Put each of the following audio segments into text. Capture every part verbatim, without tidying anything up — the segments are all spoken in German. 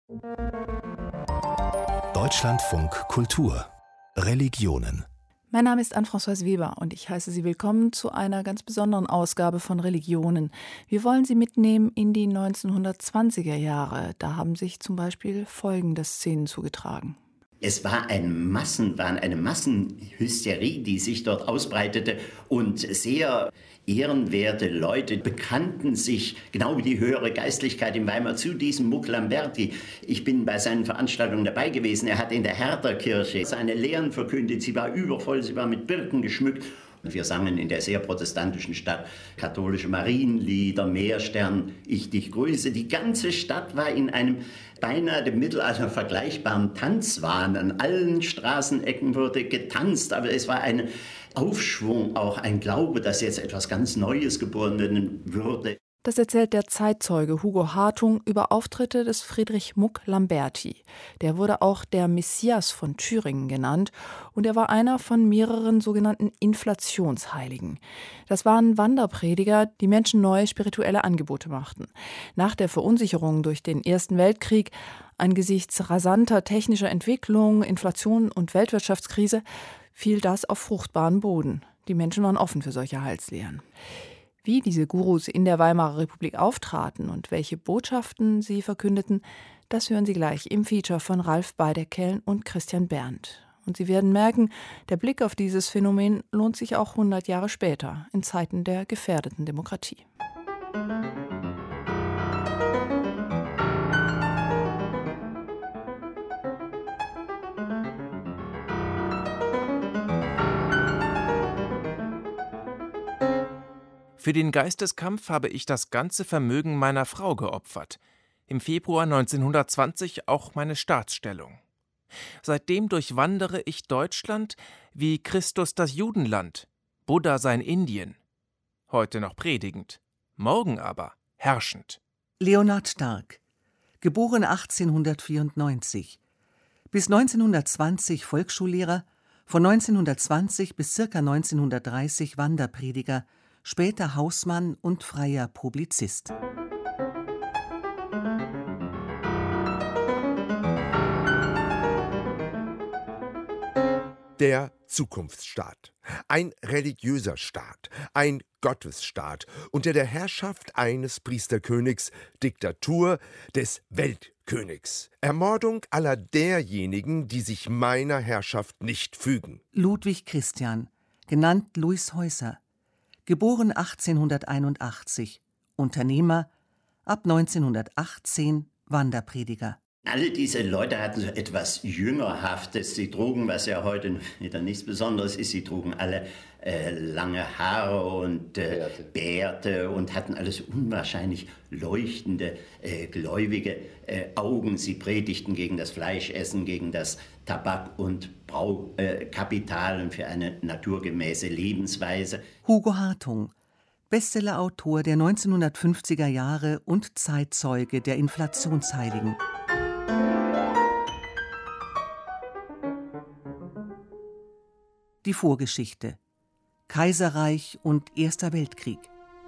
Deutschlandfunk Kultur Religionen. Mein Name ist Anne-Françoise Weber und ich heiße Sie willkommen zu einer ganz besonderen Ausgabe von Religionen. Wir wollen Sie mitnehmen in die neunzehnhundertzwanziger Jahre. Da haben sich zum Beispiel folgende Szenen zugetragen. Es war ein Massenwahn, eine Massenhysterie, die sich dort ausbreitete, und sehr ehrenwerte Leute bekannten sich, genau wie die höhere Geistlichkeit in Weimar, zu diesem Muck Lamberti. Ich bin bei seinen Veranstaltungen dabei gewesen. Er hat in der Hertha-Kirche seine Lehren verkündet. Sie war übervoll, sie war mit Birken geschmückt. Und wir sangen in der sehr protestantischen Stadt katholische Marienlieder, Meerstern, ich dich grüße. Die ganze Stadt war in einem beinahe dem Mittelalter vergleichbaren Tanzwahn. An allen Straßenecken wurde getanzt, aber es war ein Aufschwung, auch ein Glaube, dass jetzt etwas ganz Neues geboren werden würde. Das erzählt der Zeitzeuge Hugo Hartung über Auftritte des Friedrich Muck Lamberti. Der wurde auch der Messias von Thüringen genannt und er war einer von mehreren sogenannten Inflationsheiligen. Das waren Wanderprediger, die Menschen neue spirituelle Angebote machten. Nach der Verunsicherung durch den Ersten Weltkrieg, angesichts rasanter technischer Entwicklung, Inflation und Weltwirtschaftskrise, fiel das auf fruchtbaren Boden. Die Menschen waren offen für solche Heilslehren. Wie diese Gurus in der Weimarer Republik auftraten und welche Botschaften sie verkündeten, das hören Sie gleich im Feature von Ralf Beiderkellen und Christian Berndt. Und Sie werden merken, der Blick auf dieses Phänomen lohnt sich auch hundert Jahre später, in Zeiten der gefährdeten Demokratie. Für den Geisteskampf habe ich das ganze Vermögen meiner Frau geopfert. Im Februar neunzehnhundertzwanzig auch meine Staatsstellung. Seitdem durchwandere ich Deutschland wie Christus das Judenland, Buddha sein Indien. Heute noch predigend, morgen aber herrschend. Leonhard Stark, geboren achtzehnhundertvierundneunzig, bis neunzehnhundertzwanzig Volksschullehrer, von neunzehnhundertzwanzig bis ca. neunzehnhundertdreißig Wanderprediger, später Hausmann und freier Publizist. Der Zukunftsstaat. Ein religiöser Staat, ein Gottesstaat unter der Herrschaft eines Priesterkönigs, Diktatur des Weltkönigs, Ermordung aller derjenigen, die sich meiner Herrschaft nicht fügen. Ludwig Christian, genannt Louis Heuser, geboren achtzehnhunderteinundachtzig, Unternehmer, ab neunzehnhundertachtzehn Wanderprediger. Alle diese Leute hatten so etwas Jüngerhaftes. Sie trugen, was ja heute wieder nichts Besonderes ist, sie trugen alle äh, lange Haare und äh, Bärte. Bärte und hatten alles unwahrscheinlich leuchtende, äh, gläubige äh, Augen. Sie predigten gegen das Fleischessen, gegen das Tabak- und Braukapital äh, und für eine naturgemäße Lebensweise. Hugo Hartung, Bestsellerautor der neunzehnhundertfünfziger Jahre und Zeitzeuge der Inflationsheiligen. Die Vorgeschichte: Kaiserreich und Erster Weltkrieg.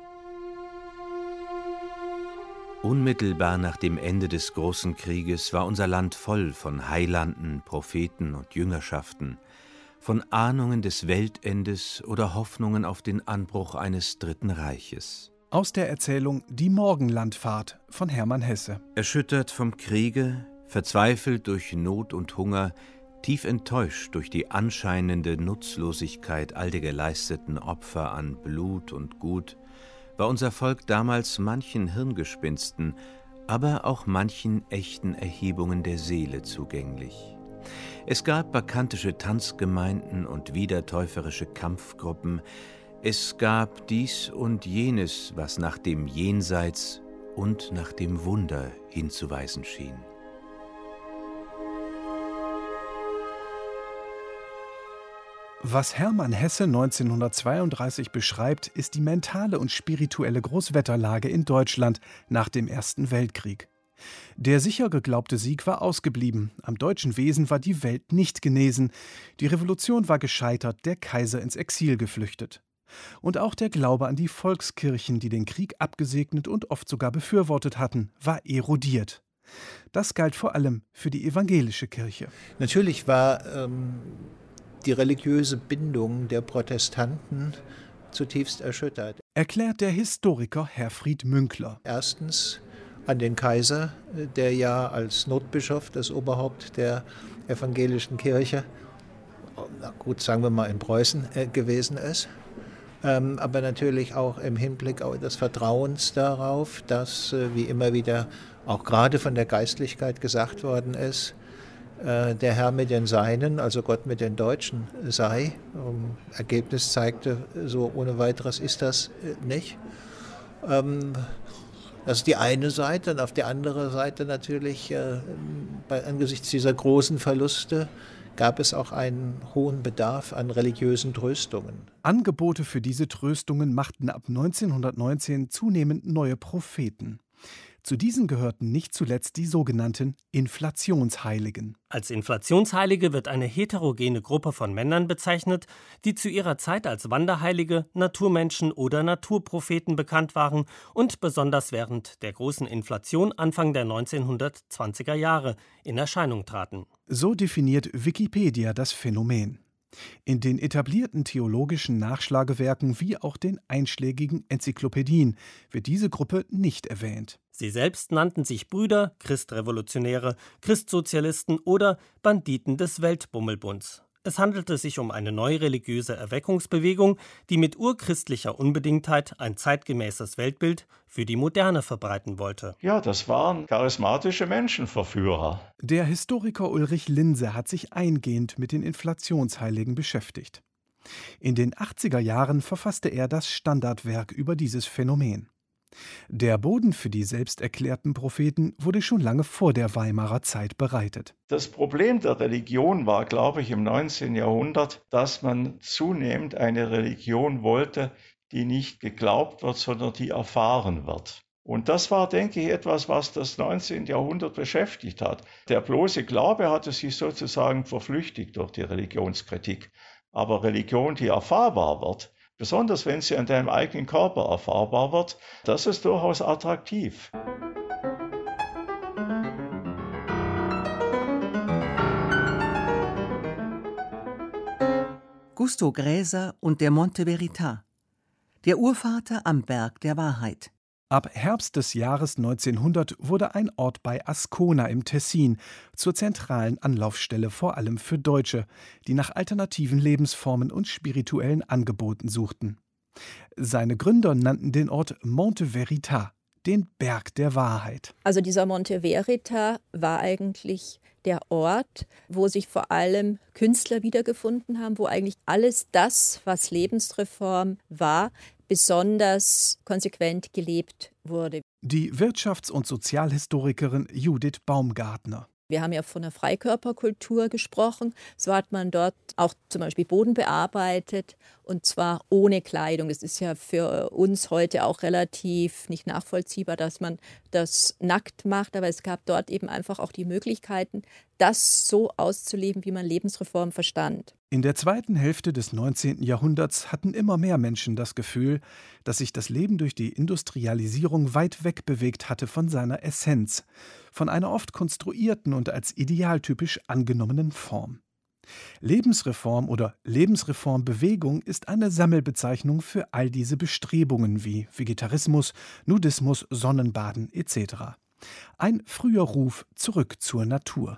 Unmittelbar nach dem Ende des Großen Krieges war unser Land voll von Heilanden, Propheten und Jüngerschaften, von Ahnungen des Weltendes oder Hoffnungen auf den Anbruch eines Dritten Reiches. Aus der Erzählung Die Morgenlandfahrt von Hermann Hesse. Erschüttert vom Kriege, verzweifelt durch Not und Hunger, tief enttäuscht durch die anscheinende Nutzlosigkeit all der geleisteten Opfer an Blut und Gut, war unser Volk damals manchen Hirngespinsten, aber auch manchen echten Erhebungen der Seele zugänglich. Es gab bacchantische Tanzgemeinden und wiedertäuferische Kampfgruppen. Es gab dies und jenes, was nach dem Jenseits und nach dem Wunder hinzuweisen schien. Was Hermann Hesse neunzehnhundertzweiunddreißig beschreibt, ist die mentale und spirituelle Großwetterlage in Deutschland nach dem Ersten Weltkrieg. Der sicher geglaubte Sieg war ausgeblieben, am deutschen Wesen war die Welt nicht genesen, die Revolution war gescheitert, der Kaiser ins Exil geflüchtet. Und auch der Glaube an die Volkskirchen, die den Krieg abgesegnet und oft sogar befürwortet hatten, war erodiert. Das galt vor allem für die evangelische Kirche. Natürlich war ähm, die religiöse Bindung der Protestanten zutiefst erschüttert. Erklärt der Historiker Herfried Münkler. Erstens an den Kaiser, der ja als Notbischof, das Oberhaupt der evangelischen Kirche, na gut, sagen wir mal in Preußen, äh, gewesen ist. Ähm, aber natürlich auch im Hinblick auf das Vertrauens darauf, dass, äh, wie immer wieder auch gerade von der Geistlichkeit gesagt worden ist, äh, der Herr mit den Seinen, also Gott mit den Deutschen sei. Ähm, Ergebnis zeigte, so ohne weiteres ist das äh, nicht. Ähm, Das ist die eine Seite, und auf der anderen Seite natürlich, äh, bei, angesichts dieser großen Verluste, gab es auch einen hohen Bedarf an religiösen Tröstungen. Angebote für diese Tröstungen machten ab neunzehnhundertneunzehn zunehmend neue Propheten. Zu diesen gehörten nicht zuletzt die sogenannten Inflationsheiligen. Als Inflationsheilige wird eine heterogene Gruppe von Männern bezeichnet, die zu ihrer Zeit als Wanderheilige, Naturmenschen oder Naturpropheten bekannt waren und besonders während der großen Inflation Anfang der neunzehnhundertzwanziger Jahre in Erscheinung traten. So definiert Wikipedia das Phänomen. In den etablierten theologischen Nachschlagewerken wie auch den einschlägigen Enzyklopädien wird diese Gruppe nicht erwähnt. Sie selbst nannten sich Brüder, Christrevolutionäre, Christsozialisten oder Banditen des Weltbummelbunds. Es handelte sich um eine neureligiöse Erweckungsbewegung, die mit urchristlicher Unbedingtheit ein zeitgemäßes Weltbild für die Moderne verbreiten wollte. Ja, das waren charismatische Menschenverführer. Der Historiker Ulrich Linse hat sich eingehend mit den Inflationsheiligen beschäftigt. In den achtziger Jahren verfasste er das Standardwerk über dieses Phänomen. Der Boden für die selbsterklärten Propheten wurde schon lange vor der Weimarer Zeit bereitet. Das Problem der Religion war, glaube ich, im neunzehnten Jahrhundert, dass man zunehmend eine Religion wollte, die nicht geglaubt wird, sondern die erfahren wird. Und das war, denke ich, etwas, was das neunzehnte Jahrhundert beschäftigt hat. Der bloße Glaube hatte sich sozusagen verflüchtigt durch die Religionskritik. Aber Religion, die erfahrbar wird, besonders wenn sie an deinem eigenen Körper erfahrbar wird, das ist durchaus attraktiv. Gusto Gräser und der Monte Verita, der Urvater am Berg der Wahrheit. Ab Herbst des Jahres neunzehnhundert wurde ein Ort bei Ascona im Tessin zur zentralen Anlaufstelle vor allem für Deutsche, die nach alternativen Lebensformen und spirituellen Angeboten suchten. Seine Gründer nannten den Ort Monte Verita, den Berg der Wahrheit. Also dieser Monte Verita war eigentlich der Ort, wo sich vor allem Künstler wiedergefunden haben, wo eigentlich alles das, was Lebensreform war, besonders konsequent gelebt wurde. Die Wirtschafts- und Sozialhistorikerin Judith Baumgartner. Wir haben ja von einer Freikörperkultur gesprochen. So hat man dort auch zum Beispiel Boden bearbeitet und zwar ohne Kleidung. Das ist ja für uns heute auch relativ nicht nachvollziehbar, dass man das nackt macht. Aber es gab dort eben einfach auch die Möglichkeiten, das so auszuleben, wie man Lebensreform verstand. In der zweiten Hälfte des neunzehnten Jahrhunderts hatten immer mehr Menschen das Gefühl, dass sich das Leben durch die Industrialisierung weit weg bewegt hatte von seiner Essenz, von einer oft konstruierten und als idealtypisch angenommenen Form. Lebensreform oder Lebensreformbewegung ist eine Sammelbezeichnung für all diese Bestrebungen wie Vegetarismus, Nudismus, Sonnenbaden et cetera. Ein früher Ruf zurück zur Natur.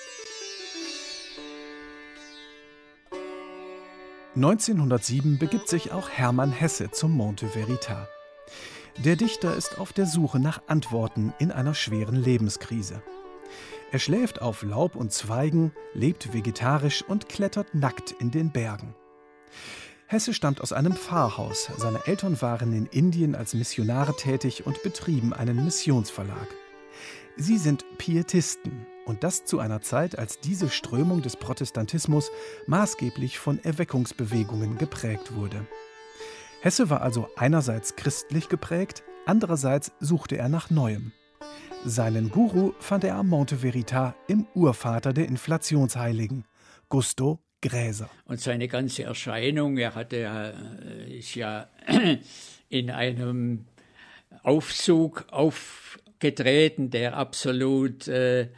neunzehnhundertsieben begibt sich auch Hermann Hesse zum Monte Verita. Der Dichter ist auf der Suche nach Antworten in einer schweren Lebenskrise. Er schläft auf Laub und Zweigen, lebt vegetarisch und klettert nackt in den Bergen. Hesse stammt aus einem Pfarrhaus. Seine Eltern waren in Indien als Missionare tätig und betrieben einen Missionsverlag. Sie sind Pietisten. Und das zu einer Zeit, als diese Strömung des Protestantismus maßgeblich von Erweckungsbewegungen geprägt wurde. Hesse war also einerseits christlich geprägt, andererseits suchte er nach Neuem. Seinen Guru fand er am Monte Verita im Urvater der Inflationsheiligen, Gusto Gräser. Und seine ganze Erscheinung, er hatte, ist ja in einem Aufzug auf getreten, der absolut äh,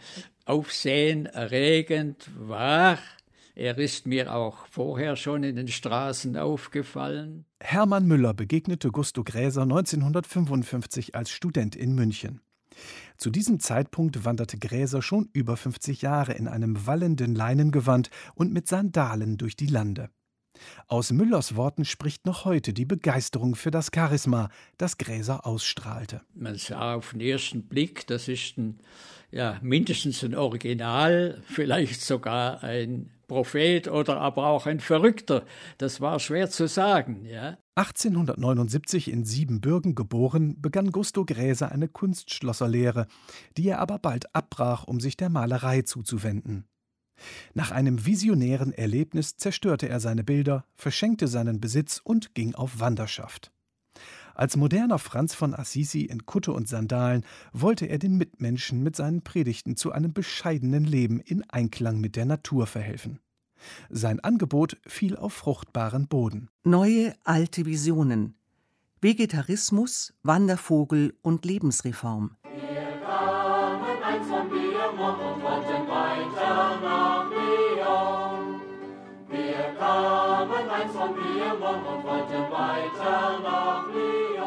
aufsehenerregend war. Er ist mir auch vorher schon in den Straßen aufgefallen. Hermann Müller begegnete Gusto Gräser neunzehnhundertfünfundfünfzig als Student in München. Zu diesem Zeitpunkt wanderte Gräser schon über fünfzig Jahre in einem wallenden Leinengewand und mit Sandalen durch die Lande. Aus Müllers Worten spricht noch heute die Begeisterung für das Charisma, das Gräser ausstrahlte. Man sah auf den ersten Blick, das ist ein, ja, mindestens ein Original, vielleicht sogar ein Prophet oder aber auch ein Verrückter. Das war schwer zu sagen, ja. achtzehnhundertneunundsiebzig in Siebenbürgen geboren, begann Gusto Gräser eine Kunstschlosserlehre, die er aber bald abbrach, um sich der Malerei zuzuwenden. Nach einem visionären Erlebnis zerstörte er seine Bilder, verschenkte seinen Besitz und ging auf Wanderschaft. Als moderner Franz von Assisi in Kutte und Sandalen wollte er den Mitmenschen mit seinen Predigten zu einem bescheidenen Leben in Einklang mit der Natur verhelfen. Sein Angebot fiel auf fruchtbaren Boden. Neue, alte Visionen. Vegetarismus, Wandervogel und Lebensreform. Wir kamen einst vom Biermock und wollten weiter nach Lyon. Wir kamen einst vom Biermock und wollten weiter nach Lyon.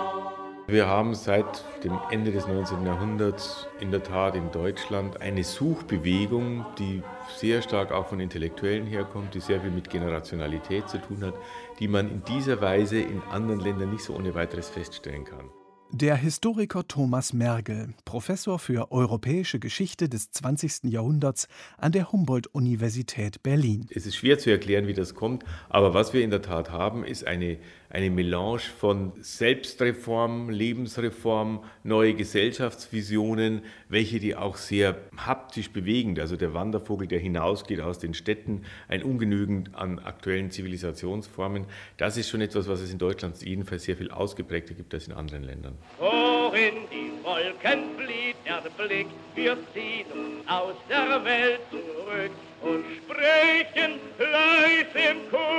Wir haben seit dem Ende des neunzehnten Jahrhunderts in der Tat in Deutschland eine Suchbewegung, die sehr stark auch von Intellektuellen herkommt, die sehr viel mit Generationalität zu tun hat, die man in dieser Weise in anderen Ländern nicht so ohne weiteres feststellen kann. Der Historiker Thomas Mergel, Professor für Europäische Geschichte des zwanzigsten Jahrhunderts an der Humboldt-Universität Berlin. Es ist schwer zu erklären, wie das kommt, aber was wir in der Tat haben, ist eine, eine Melange von Selbstreform, Lebensreform, neue Gesellschaftsvisionen, welche die auch sehr haptisch bewegen. Also der Wandervogel, der hinausgeht aus den Städten, ein Ungenügen an aktuellen Zivilisationsformen. Das ist schon etwas, was es in Deutschland jedenfalls sehr viel ausgeprägter gibt als in anderen Ländern. Hoch in die Wolken flieht der Blick, wir ziehen uns aus der Welt zurück und sprechen leis im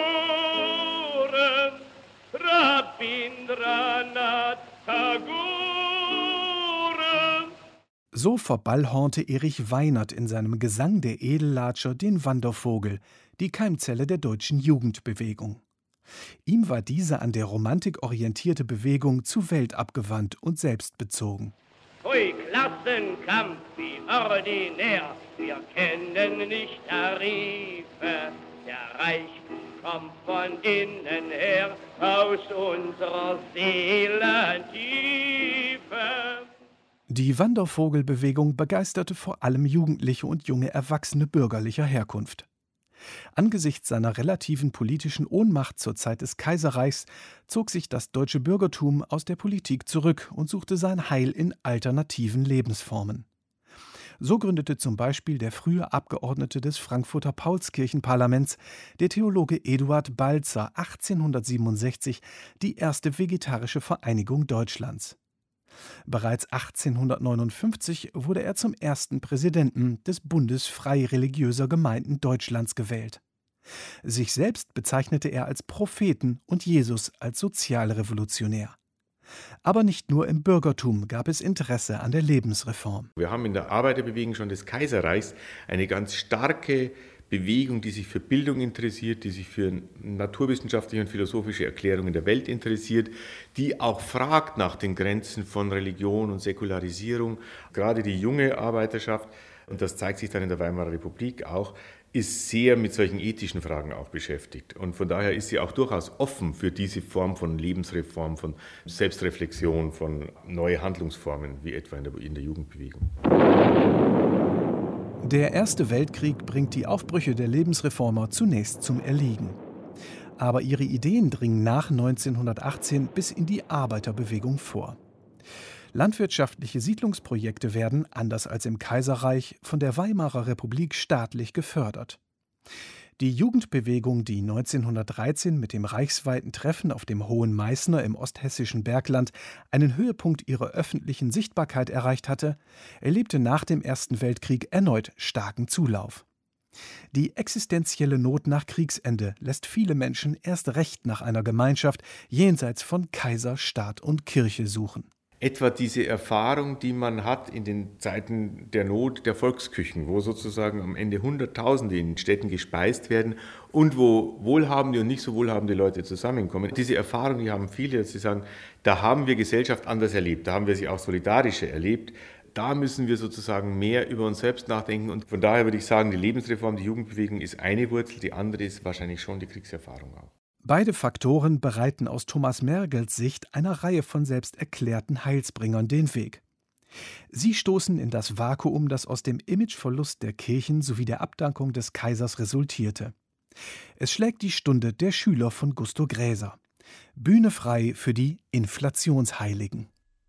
Chore. Rabindranath Tagore. So verballhornte Erich Weinert in seinem Gesang der Edellatscher den Wandervogel, die Keimzelle der deutschen Jugendbewegung. Ihm war diese an der Romantik orientierte Bewegung zu weltabgewandt und selbstbezogen. Hui, Klassenkampf wie ordinär, wir kennen nicht Tarife. Der Reichtum kommt von innen her, aus unserer Seelentiefe. Die Wandervogelbewegung begeisterte vor allem Jugendliche und junge Erwachsene bürgerlicher Herkunft. Angesichts seiner relativen politischen Ohnmacht zur Zeit des Kaiserreichs zog sich das deutsche Bürgertum aus der Politik zurück und suchte sein Heil in alternativen Lebensformen. So gründete zum Beispiel der frühe Abgeordnete des Frankfurter Paulskirchenparlaments, der Theologe Eduard Balzer, achtzehnhundertsiebenundsechzig die erste vegetarische Vereinigung Deutschlands. Bereits achtzehnhundertneunundfünfzig wurde er zum ersten Präsidenten des Bundes freireligiöser Gemeinden Deutschlands gewählt. Sich selbst bezeichnete er als Propheten und Jesus als Sozialrevolutionär. Aber nicht nur im Bürgertum gab es Interesse an der Lebensreform. Wir haben in der Arbeiterbewegung schon des Kaiserreichs eine ganz starke Bewegung, die sich für Bildung interessiert, die sich für naturwissenschaftliche und philosophische Erklärungen der Welt interessiert, die auch fragt nach den Grenzen von Religion und Säkularisierung. Gerade die junge Arbeiterschaft, und das zeigt sich dann in der Weimarer Republik auch, ist sehr mit solchen ethischen Fragen auch beschäftigt. Und von daher ist sie auch durchaus offen für diese Form von Lebensreform, von Selbstreflexion, von neuen Handlungsformen, wie etwa in der, in der Jugendbewegung. Der Erste Weltkrieg bringt die Aufbrüche der Lebensreformer zunächst zum Erliegen. Aber ihre Ideen dringen nach neunzehnhundertachtzehn bis in die Arbeiterbewegung vor. Landwirtschaftliche Siedlungsprojekte werden, anders als im Kaiserreich, von der Weimarer Republik staatlich gefördert. Die Jugendbewegung, die neunzehnhundertdreizehn mit dem reichsweiten Treffen auf dem Hohen Meißner im osthessischen Bergland einen Höhepunkt ihrer öffentlichen Sichtbarkeit erreicht hatte, erlebte nach dem Ersten Weltkrieg erneut starken Zulauf. Die existenzielle Not nach Kriegsende lässt viele Menschen erst recht nach einer Gemeinschaft jenseits von Kaiser, Staat und Kirche suchen. Etwa diese Erfahrung, die man hat in den Zeiten der Not der Volksküchen, wo sozusagen am Ende Hunderttausende in Städten gespeist werden und wo wohlhabende und nicht so wohlhabende Leute zusammenkommen. Diese Erfahrung, die haben viele, dass sie sagen, da haben wir Gesellschaft anders erlebt, da haben wir sie auch solidarischer erlebt. Da müssen wir sozusagen mehr über uns selbst nachdenken. Und von daher würde ich sagen, die Lebensreform, die Jugendbewegung ist eine Wurzel, die andere ist wahrscheinlich schon die Kriegserfahrung auch. Beide Faktoren bereiten aus Thomas Mergels Sicht einer Reihe von selbst erklärten Heilsbringern den Weg. Sie stoßen in das Vakuum, das aus dem Imageverlust der Kirchen sowie der Abdankung des Kaisers resultierte. Es schlägt die Stunde der Schüler von Gusto Gräser. Bühne frei für die Inflationsheiligen.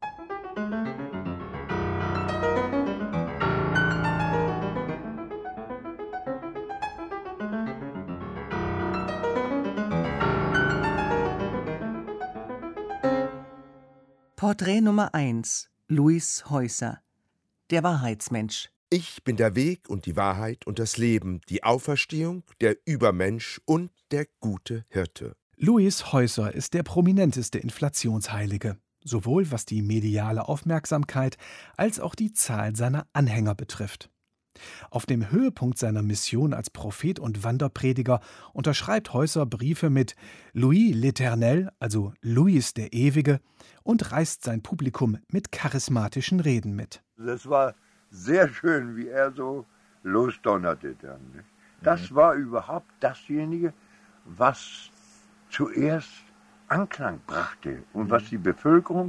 Porträt Nummer eins. Louis Heuser. Der Wahrheitsmensch. Ich bin der Weg und die Wahrheit und das Leben, die Auferstehung, der Übermensch und der gute Hirte. Louis Heuser ist der prominenteste Inflationsheilige, sowohl was die mediale Aufmerksamkeit als auch die Zahl seiner Anhänger betrifft. Auf dem Höhepunkt seiner Mission als Prophet und Wanderprediger unterschreibt Heuser Briefe mit Louis l'Éternel, also Louis der Ewige, und reißt sein Publikum mit charismatischen Reden mit. Das war sehr schön, wie er so losdonnerte dann. Das war überhaupt dasjenige, was zuerst Anklang brachte und was die Bevölkerung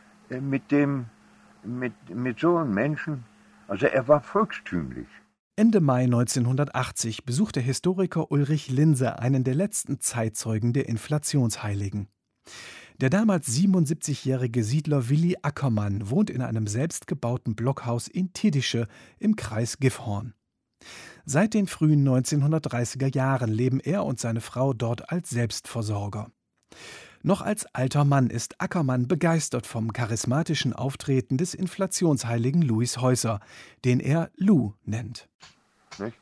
mit dem, mit, mit so einem Menschen, also er war volkstümlich. Ende Mai neunzehnhundertachtzig besucht der Historiker Ulrich Linse einen der letzten Zeitzeugen der Inflationsheiligen. Der damals siebenundsiebzigjährige Siedler Willi Ackermann wohnt in einem selbstgebauten Blockhaus in Tiddische im Kreis Gifhorn. Seit den frühen neunzehnhundertdreißiger Jahren leben er und seine Frau dort als Selbstversorger. Noch als alter Mann ist Ackermann begeistert vom charismatischen Auftreten des Inflationsheiligen Louis Heuser, den er Lou nennt. Nicht?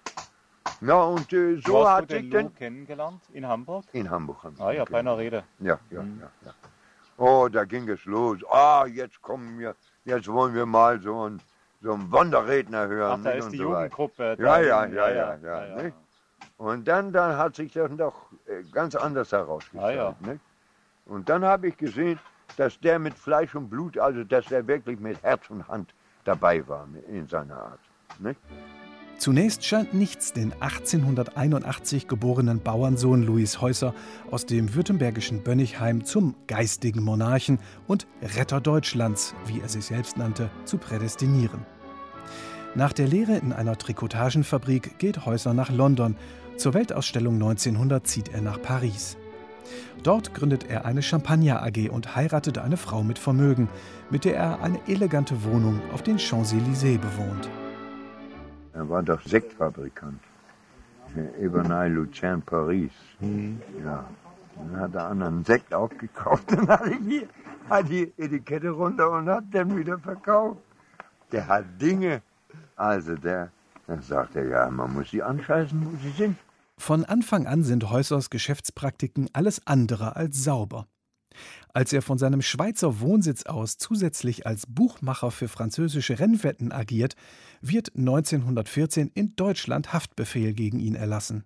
Na und äh, so Wo hast hat du sich den denn Lou kennengelernt? In Hamburg? In Hamburg haben wir Ah ja, ihn bei einer kennengelernt. Rede. Ja, ja, Mhm. ja, ja. Oh, da ging es los. Ah, jetzt kommen wir, jetzt wollen wir mal so einen, so einen Wanderredner hören. Ach, da nicht? ist Und die so weiter. Jugendgruppe. Ja, da ja, in- ja, ja, ja. ja, nicht? Und dann, dann hat sich das doch äh, ganz anders herausgestellt. Ah, ja. Nicht? Und dann habe ich gesehen, dass der mit Fleisch und Blut, also dass der wirklich mit Herz und Hand dabei war in seiner Art. Nicht? Zunächst scheint nichts den achtzehnhunderteinundachtzig geborenen Bauernsohn Louis Heuser aus dem württembergischen Bönnigheim zum geistigen Monarchen und Retter Deutschlands, wie er sich selbst nannte, zu prädestinieren. Nach der Lehre in einer Trikotagenfabrik geht Heuser nach London. Zur Weltausstellung neunzehnhundert zieht er nach Paris. Dort gründet er eine Champagner-A G und heiratet eine Frau mit Vermögen, mit der er eine elegante Wohnung auf den Champs-Élysées bewohnt. Er war doch Sektfabrikant. Ebernay Lucien Paris. Mhm. Ja. Dann hat der andere einen Sekt aufgekauft, dann hat er die, hat die Etikette runter und hat den wieder verkauft. Der hat Dinge, also der, dann sagt er, ja, man muss sie anscheißen, wo sie sind. Von Anfang an sind Heusers Geschäftspraktiken alles andere als sauber. Als er von seinem Schweizer Wohnsitz aus zusätzlich als Buchmacher für französische Rennwetten agiert, wird neunzehnhundertvierzehn in Deutschland Haftbefehl gegen ihn erlassen.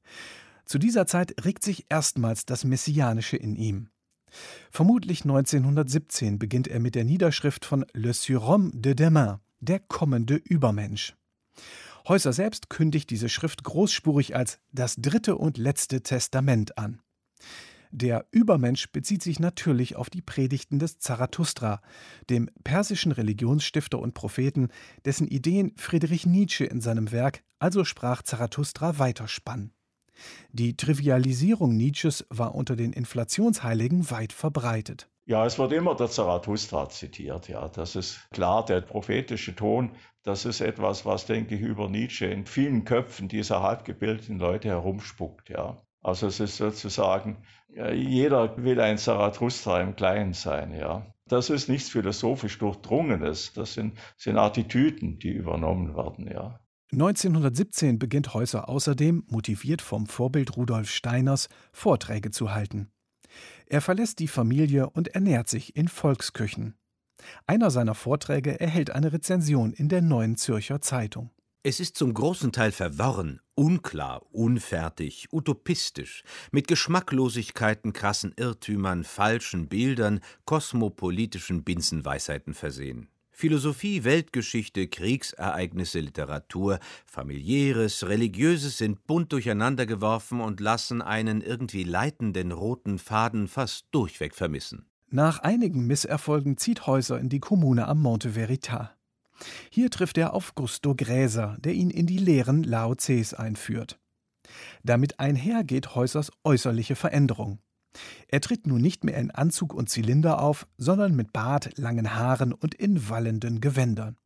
Zu dieser Zeit regt sich erstmals das Messianische in ihm. Vermutlich neunzehnhundertsiebzehn beginnt er mit der Niederschrift von Le Surhomme de Demain, der kommende Übermensch. Heuser selbst kündigt diese Schrift großspurig als das dritte und letzte Testament an. Der Übermensch bezieht sich natürlich auf die Predigten des Zarathustra, dem persischen Religionsstifter und Propheten, dessen Ideen Friedrich Nietzsche in seinem Werk Also sprach Zarathustra weiterspann. Die Trivialisierung Nietzsches war unter den Inflationsheiligen weit verbreitet. Ja, es wird immer der Zarathustra zitiert, ja. Das ist klar, der prophetische Ton, das ist etwas, was, denke ich, über Nietzsche in vielen Köpfen dieser halbgebildeten Leute herumspuckt, ja. Also es ist sozusagen, jeder will ein Zarathustra im Kleinen sein, ja. Das ist nichts philosophisch Durchdrungenes, das sind, sind Attitüden, die übernommen werden, ja. neunzehnhundertsiebzehn beginnt Heuser außerdem, motiviert vom Vorbild Rudolf Steiners, Vorträge zu halten. Er verlässt die Familie und ernährt sich in Volksküchen. Einer seiner Vorträge erhält eine Rezension in der Neuen Zürcher Zeitung. Es ist zum großen Teil verworren, unklar, unfertig, utopistisch, mit Geschmacklosigkeiten, krassen Irrtümern, falschen Bildern, kosmopolitischen Binsenweisheiten versehen. Philosophie, Weltgeschichte, Kriegsereignisse, Literatur, Familiäres, Religiöses sind bunt durcheinandergeworfen und lassen einen irgendwie leitenden roten Faden fast durchweg vermissen. Nach einigen Misserfolgen zieht Heuser in die Kommune am Monte Veritas. Hier trifft er auf Gusto Gräser, der ihn in die Lehren Lao Tses einführt. Damit einher geht Heusers äußerliche Veränderung. Er tritt nun nicht mehr in Anzug und Zylinder auf, sondern mit Bart, langen Haaren und in wallenden Gewändern.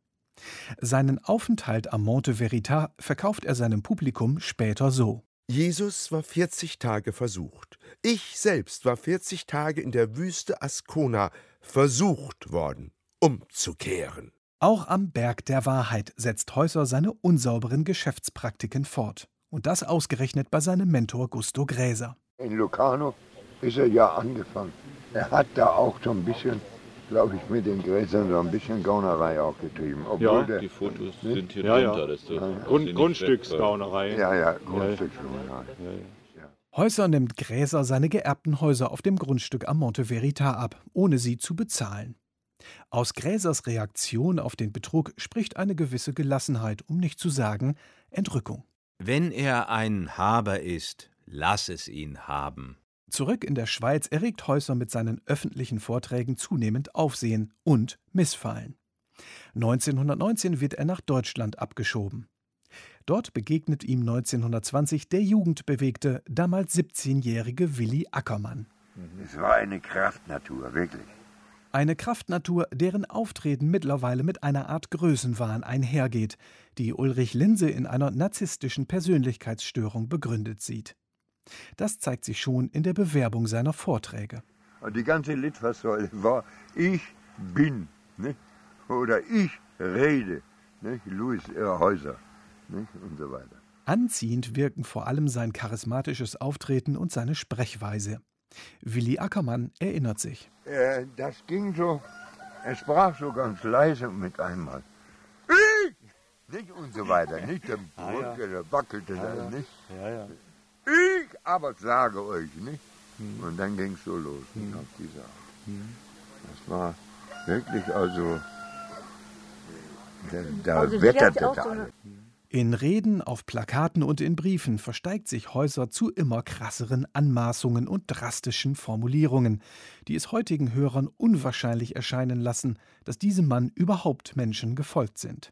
Seinen Aufenthalt am Monte Veritas verkauft er seinem Publikum später so: Jesus war vierzig Tage versucht. Ich selbst war vierzig Tage in der Wüste Ascona versucht worden, umzukehren. Auch am Berg der Wahrheit setzt Heuser seine unsauberen Geschäftspraktiken fort. Und das ausgerechnet bei seinem Mentor Gusto Gräser. In Locarno ist er ja angefangen. Er hat da auch so ein bisschen, glaube ich, mit den Gräsern so ein bisschen Gaunerei auch getrieben. Obwohl ja, der, die Fotos ne? sind hier ja, drunter. ja. Das ist ja. Grund, Grundstücksgaunerei. Ja, ja, Grundstücksgaunerei. Ja, ja. Heuser nimmt Gräser seine geerbten Häuser auf dem Grundstück am Monte Veritas ab, ohne sie zu bezahlen. Aus Gräsers Reaktion auf den Betrug spricht eine gewisse Gelassenheit, um nicht zu sagen Entrückung. Wenn er ein Haber ist, lass es ihn haben. Zurück in der Schweiz erregt Heuser mit seinen öffentlichen Vorträgen zunehmend Aufsehen und Missfallen. neunzehnhundertneunzehn wird er nach Deutschland abgeschoben. Dort begegnet ihm neunzehnhundertzwanzig der jugendbewegte, damals siebzehnjährige Willi Ackermann. Es war eine Kraftnatur, wirklich. Eine Kraftnatur, deren Auftreten mittlerweile mit einer Art Größenwahn einhergeht, die Ulrich Linse in einer narzisstischen Persönlichkeitsstörung begründet sieht. Das zeigt sich schon in der Bewerbung seiner Vorträge. Und die ganze Litfaßsäule war Ich bin, ne? Oder Ich rede, ne? Louis äh, Heuser, ne? Und so weiter. Anziehend wirken vor allem sein charismatisches Auftreten und seine Sprechweise. Willi Ackermann erinnert sich. Äh, das ging so, er sprach so ganz leise mit einmal. Ich! Nicht und so weiter, nicht der ah, Brücke, ja. der wackelte ah, da, ja. nicht. Ja, ja. Ich aber sage euch, nicht. Hm. Und dann ging es so los. Hm. Auf dieser. Hm. Das war wirklich also, da, da Also sie wetterte hat auch da so eine- alles. In Reden, auf Plakaten und in Briefen versteigt sich Heuser zu immer krasseren Anmaßungen und drastischen Formulierungen, die es heutigen Hörern unwahrscheinlich erscheinen lassen, dass diesem Mann überhaupt Menschen gefolgt sind.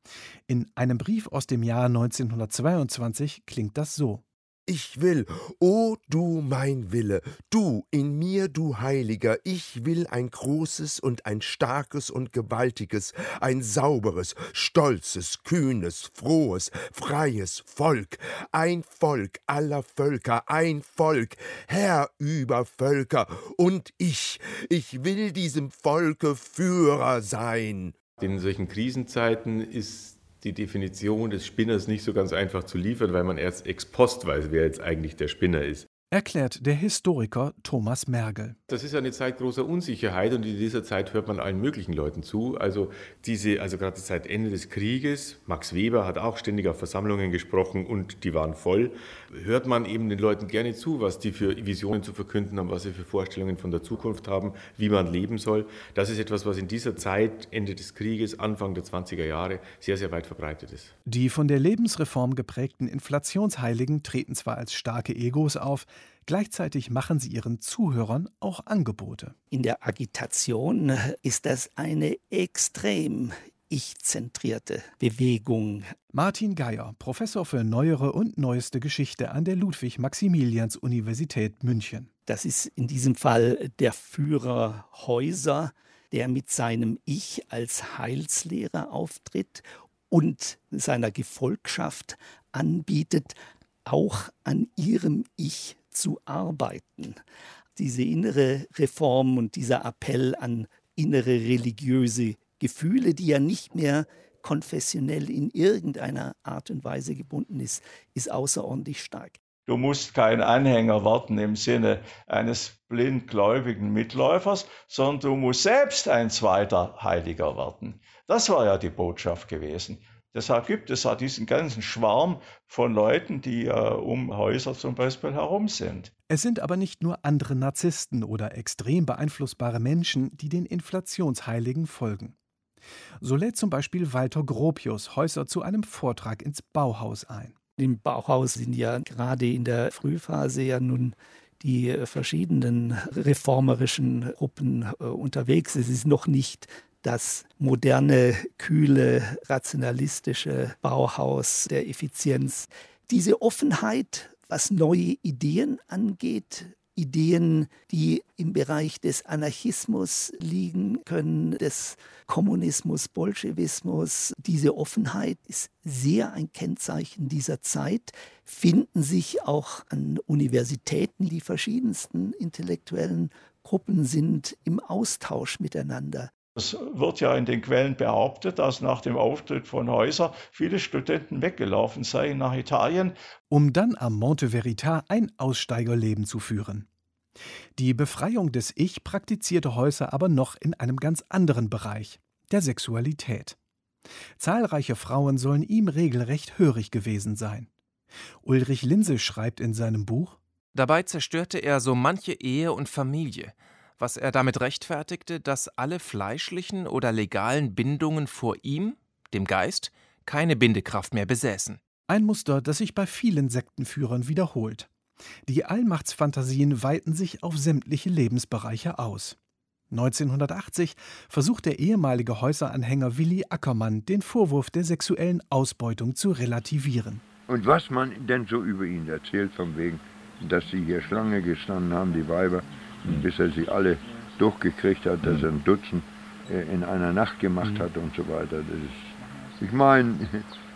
In einem Brief aus dem Jahr neunzehnhundertzweiundzwanzig klingt das so: Ich will, o du mein Wille, du in mir, du Heiliger, ich will ein großes und ein starkes und gewaltiges, ein sauberes, stolzes, kühnes, frohes, freies Volk, ein Volk aller Völker, ein Volk, Herr über Völker, und ich, ich will diesem Volke Führer sein. In solchen Krisenzeiten ist die Definition des Spinners nicht so ganz einfach zu liefern, weil man erst ex post weiß, wer jetzt eigentlich der Spinner ist. Erklärt der Historiker Thomas Mergel. Das ist eine Zeit großer Unsicherheit und in dieser Zeit hört man allen möglichen Leuten zu. Also diese, also gerade seit Ende des Krieges, Max Weber hat auch ständig auf Versammlungen gesprochen und die waren voll, hört man eben den Leuten gerne zu, was die für Visionen zu verkünden haben, was sie für Vorstellungen von der Zukunft haben, wie man leben soll. Das ist etwas, was in dieser Zeit, Ende des Krieges, Anfang der zwanziger Jahre, sehr, sehr weit verbreitet ist. Die von der Lebensreform geprägten Inflationsheiligen treten zwar als starke Egos auf, gleichzeitig machen sie ihren Zuhörern auch Angebote. In der Agitation ist das eine extrem ich-zentrierte Bewegung. Martin Geier, Professor für neuere und neueste Geschichte an der Ludwig-Maximilians-Universität München. Das ist in diesem Fall der Führer Heuser, der mit seinem Ich als Heilslehrer auftritt und seiner Gefolgschaft anbietet, auch an ihrem Ich zu arbeiten. Diese innere Reform und dieser Appell an innere religiöse Gefühle, die ja nicht mehr konfessionell in irgendeiner Art und Weise gebunden ist, ist außerordentlich stark. Du musst kein Anhänger werden im Sinne eines blindgläubigen Mitläufers, sondern du musst selbst ein zweiter Heiliger werden. Das war ja die Botschaft gewesen. Deshalb gibt es ja diesen ganzen Schwarm von Leuten, die äh, um Häuser zum Beispiel herum sind. Es sind aber nicht nur andere Narzissten oder extrem beeinflussbare Menschen, die den Inflationsheiligen folgen. So lädt zum Beispiel Walter Gropius Häuser zu einem Vortrag ins Bauhaus ein. Im Bauhaus sind ja gerade in der Frühphase ja nun die verschiedenen reformerischen Gruppen äh, unterwegs. Es ist noch nicht das moderne, kühle, rationalistische Bauhaus der Effizienz. Diese Offenheit, was neue Ideen angeht, Ideen, die im Bereich des Anarchismus liegen können, des Kommunismus, Bolschewismus. Diese Offenheit ist sehr ein Kennzeichen dieser Zeit, finden sich auch an Universitäten. Die verschiedensten intellektuellen Gruppen sind im Austausch miteinander. Es wird ja in den Quellen behauptet, dass nach dem Auftritt von Häuser viele Studenten weggelaufen seien nach Italien, um dann am Monte Verita ein Aussteigerleben zu führen. Die Befreiung des Ich praktizierte Häuser aber noch in einem ganz anderen Bereich, der Sexualität. Zahlreiche Frauen sollen ihm regelrecht hörig gewesen sein. Ulrich Linse schreibt in seinem Buch: Dabei zerstörte er so manche Ehe und Familie, was er damit rechtfertigte, dass alle fleischlichen oder legalen Bindungen vor ihm, dem Geist, keine Bindekraft mehr besäßen. Ein Muster, das sich bei vielen Sektenführern wiederholt. Die Allmachtsfantasien weiten sich auf sämtliche Lebensbereiche aus. neunzehnhundertachtzig versucht der ehemalige Häuseranhänger Willi Ackermann, den Vorwurf der sexuellen Ausbeutung zu relativieren. Und was man denn so über ihn erzählt, von wegen, dass sie hier Schlange gestanden haben, die Weiber, bis er sie alle durchgekriegt hat, dass er ein Dutzend in einer Nacht gemacht hat und so weiter. Das ist, ich meine,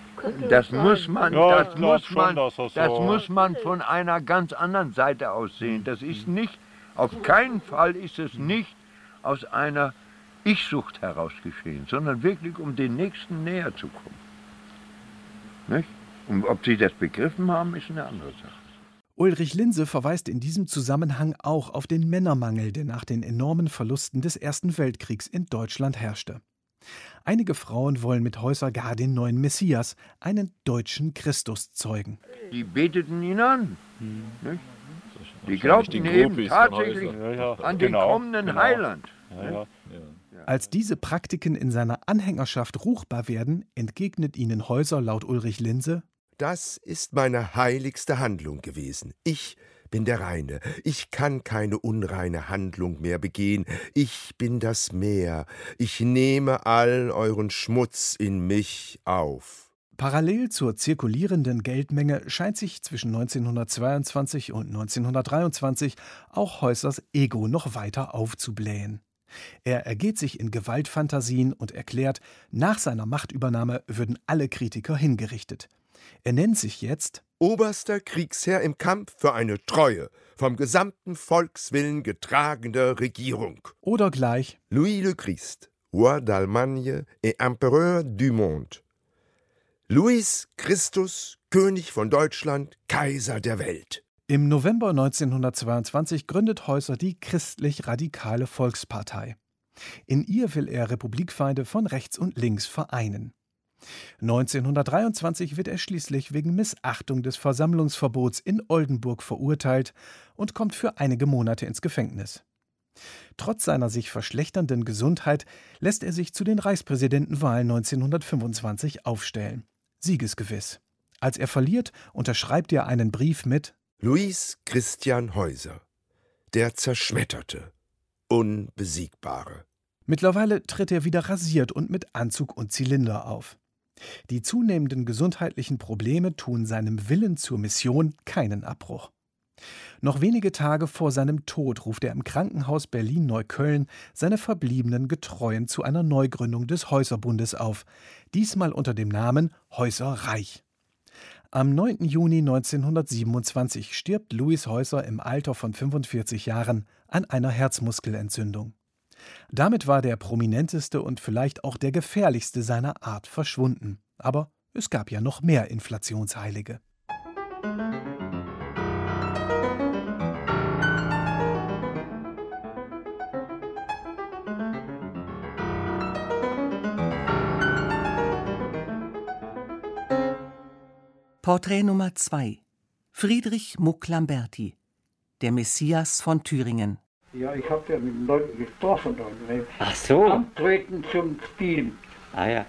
das muss man, ja, das muss man, schon, das, das so muss man von einer ganz anderen Seite aus sehen. Das ist nicht, auf keinen Fall ist es nicht aus einer Ich-Sucht heraus geschehen, sondern wirklich, um den Nächsten näher zu kommen. Nicht? Und ob sie das begriffen haben, ist eine andere Sache. Ulrich Linse verweist in diesem Zusammenhang auch auf den Männermangel, der nach den enormen Verlusten des Ersten Weltkriegs in Deutschland herrschte. Einige Frauen wollen mit Häuser gar den neuen Messias, einen deutschen Christus, zeugen. Die beteten ihn an. Nicht? Die glaubten eben tatsächlich ja, ja, an den genau, kommenden genau. Heiland. Ja, ja. Als diese Praktiken in seiner Anhängerschaft ruchbar werden, entgegnet ihnen Häuser laut Ulrich Linse: Das ist meine heiligste Handlung gewesen. Ich bin der Reine. Ich kann keine unreine Handlung mehr begehen. Ich bin das Meer. Ich nehme all euren Schmutz in mich auf. Parallel zur zirkulierenden Geldmenge scheint sich zwischen neunzehnhundertzweiundzwanzig und neunzehnhundertdreiundzwanzig auch Häusers Ego noch weiter aufzublähen. Er ergeht sich in Gewaltfantasien und erklärt, nach seiner Machtübernahme würden alle Kritiker hingerichtet. Er nennt sich jetzt oberster Kriegsherr im Kampf für eine treue, vom gesamten Volkswillen getragene Regierung. Oder gleich Louis le Christ, Roi d'Allemagne et Empereur du Monde. Louis Christus, König von Deutschland, Kaiser der Welt. Im November neunzehnhundertzweiundzwanzig gründet Häuser die Christlich-Radikale Volkspartei. In ihr will er Republikfeinde von rechts und links vereinen. neunzehnhundertdreiundzwanzig wird er schließlich wegen Missachtung des Versammlungsverbots in Oldenburg verurteilt und kommt für einige Monate ins Gefängnis. Trotz seiner sich verschlechternden Gesundheit lässt er sich zu den Reichspräsidentenwahlen neunzehnhundertfünfundzwanzig aufstellen. Siegesgewiss. Als er verliert, unterschreibt er einen Brief mit Louis Christian Häuser, der Zerschmetterte, Unbesiegbare. Mittlerweile tritt er wieder rasiert und mit Anzug und Zylinder auf. Die zunehmenden gesundheitlichen Probleme tun seinem Willen zur Mission keinen Abbruch. Noch wenige Tage vor seinem Tod ruft er im Krankenhaus Berlin-Neukölln seine verbliebenen Getreuen zu einer Neugründung des Häuserbundes auf, diesmal unter dem Namen Häuser Reich. Am neunten Juni neunzehnhundertsiebenundzwanzig stirbt Louis Häuser im Alter von fünfundvierzig Jahren an einer Herzmuskelentzündung. Damit war der prominenteste und vielleicht auch der gefährlichste seiner Art verschwunden. Aber es gab ja noch mehr Inflationsheilige. Porträt Nummer zwei. Friedrich Muck-Lamberti, der Messias von Thüringen. Ja, ich habe ja mit den Leuten gesprochen. Und Ach so. Antreten zum Spielen. Ah ja.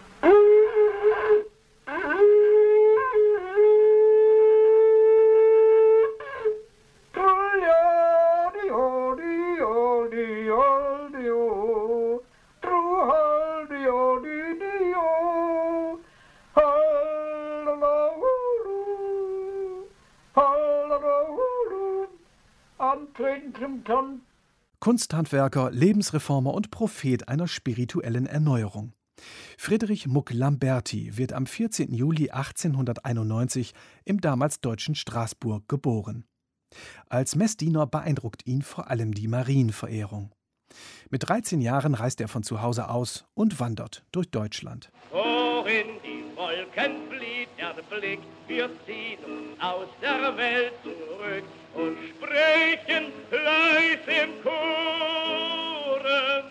Kunsthandwerker, Lebensreformer und Prophet einer spirituellen Erneuerung. Friedrich Muck-Lamberti wird am vierzehnten Juli achtzehnhunderteinundneunzig im damals deutschen Straßburg geboren. Als Messdiener beeindruckt ihn vor allem die Marienverehrung. Mit dreizehn Jahren reist er von zu Hause aus und wandert durch Deutschland. Wohin die Wolken flieht der Blick, wir ziehen uns aus der Welt zurück und sprechen leis im Chore,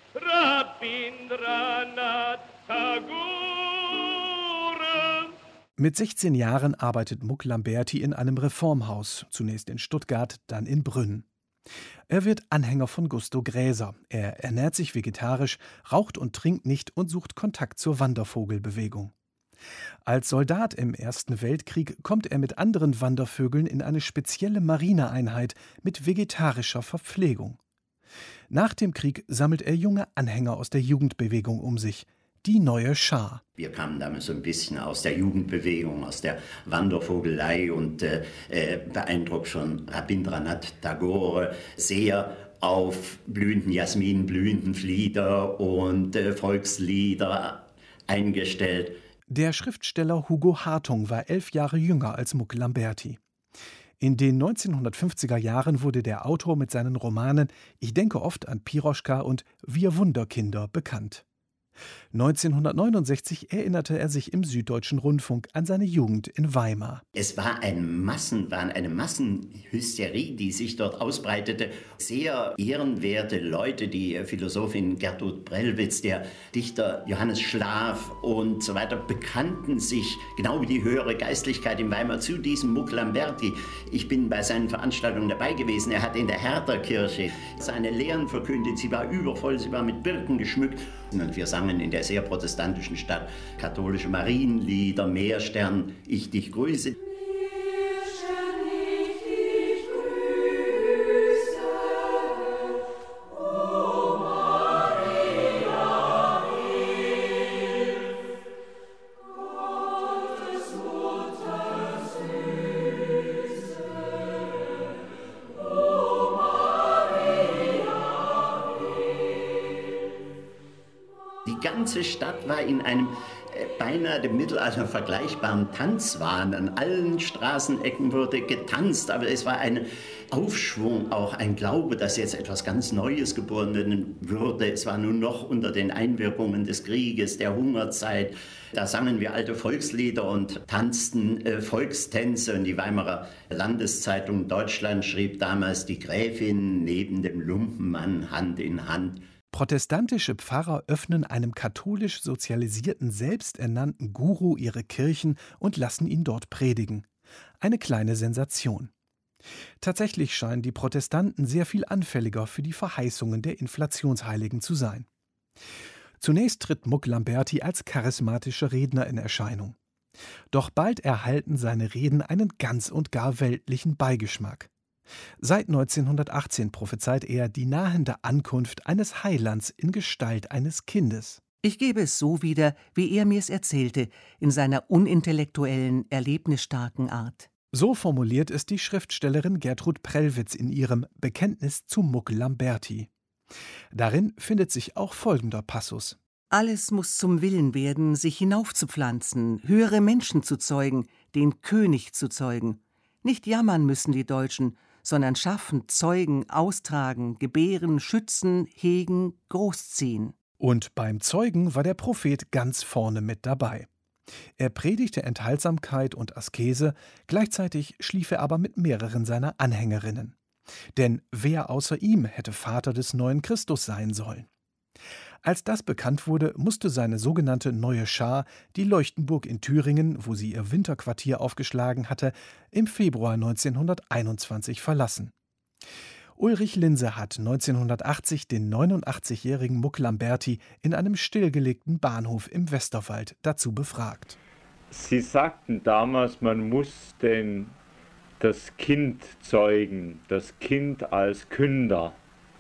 Rabindranath Tagore. Mit sechzehn Jahren arbeitet Muck-Lamberti in einem Reformhaus, zunächst in Stuttgart, dann in Brünn. Er wird Anhänger von Gusto Gräser. Er ernährt sich vegetarisch, raucht und trinkt nicht und sucht Kontakt zur Wandervogelbewegung. Als Soldat im Ersten Weltkrieg kommt er mit anderen Wandervögeln in eine spezielle Marineeinheit mit vegetarischer Verpflegung. Nach dem Krieg sammelt er junge Anhänger aus der Jugendbewegung um sich, die neue Schar. Wir kamen damals so ein bisschen aus der Jugendbewegung, aus der Wandervogelei und äh, beeindruckt von Rabindranath Tagore sehr auf blühenden Jasmin, blühenden Flieder und äh, Volkslieder eingestellt. Der Schriftsteller Hugo Hartung war elf Jahre jünger als Muck-Lamberti. In den neunzehnhundertfünfziger Jahren wurde der Autor mit seinen Romanen »Ich denke oft an Piroschka« und »Wir Wunderkinder« bekannt. neunzehnhundertneunundsechzig erinnerte er sich im Süddeutschen Rundfunk an seine Jugend in Weimar. Es war ein Massenwahn, eine Massenhysterie, die sich dort ausbreitete. Sehr ehrenwerte Leute, die Philosophin Gertrud Prellwitz, der Dichter Johannes Schlaf und so weiter, bekannten sich, genau wie die höhere Geistlichkeit in Weimar, zu diesem Muck-Lamberti. Ich bin bei seinen Veranstaltungen dabei gewesen. Er hat in der Hertha-Kirche seine Lehren verkündet. Sie war übervoll, sie war mit Birken geschmückt. Und wir sangen in der sehr protestantischen Stadt katholische Marienlieder, Meerstern, ich dich grüße. Die ganze Stadt war in einem äh, beinahe dem Mittelalter vergleichbaren Tanzwahn. An allen Straßenecken wurde getanzt, aber es war ein Aufschwung, auch ein Glaube, dass jetzt etwas ganz Neues geboren werden würde. Es war nun noch unter den Einwirkungen des Krieges, der Hungerzeit. Da sangen wir alte Volkslieder und tanzten äh, Volkstänze. Und die Weimarer Landeszeitung Deutschland schrieb damals, die Gräfin neben dem Lumpenmann Hand in Hand. Protestantische Pfarrer öffnen einem katholisch sozialisierten, selbsternannten Guru ihre Kirchen und lassen ihn dort predigen. Eine kleine Sensation. Tatsächlich scheinen die Protestanten sehr viel anfälliger für die Verheißungen der Inflationsheiligen zu sein. Zunächst tritt Muck-Lamberti als charismatischer Redner in Erscheinung. Doch bald erhalten seine Reden einen ganz und gar weltlichen Beigeschmack. Seit neunzehnhundertachtzehn prophezeit er die nahende Ankunft eines Heilands in Gestalt eines Kindes. Ich gebe es so wieder, wie er mir es erzählte, in seiner unintellektuellen, erlebnisstarken Art. So formuliert es die Schriftstellerin Gertrud Prellwitz in ihrem Bekenntnis zu Muck-Lamberti. Darin findet sich auch folgender Passus. Alles muss zum Willen werden, sich hinaufzupflanzen, höhere Menschen zu zeugen, den König zu zeugen. Nicht jammern müssen die Deutschen, sondern schaffen, zeugen, austragen, gebären, schützen, hegen, großziehen. Und beim Zeugen war der Prophet ganz vorne mit dabei. Er predigte Enthaltsamkeit und Askese, gleichzeitig schlief er aber mit mehreren seiner Anhängerinnen. Denn wer außer ihm hätte Vater des neuen Christus sein sollen? Als das bekannt wurde, musste seine sogenannte Neue Schar die Leuchtenburg in Thüringen, wo sie ihr Winterquartier aufgeschlagen hatte, im Februar neunzehnhunderteinundzwanzig verlassen. Ulrich Linse hat neunzehnhundertachtzig den neunundachtzigjährigen Muck Lamberti in einem stillgelegten Bahnhof im Westerwald dazu befragt. Sie sagten damals, man muss den, das Kind zeugen, das Kind als Künder.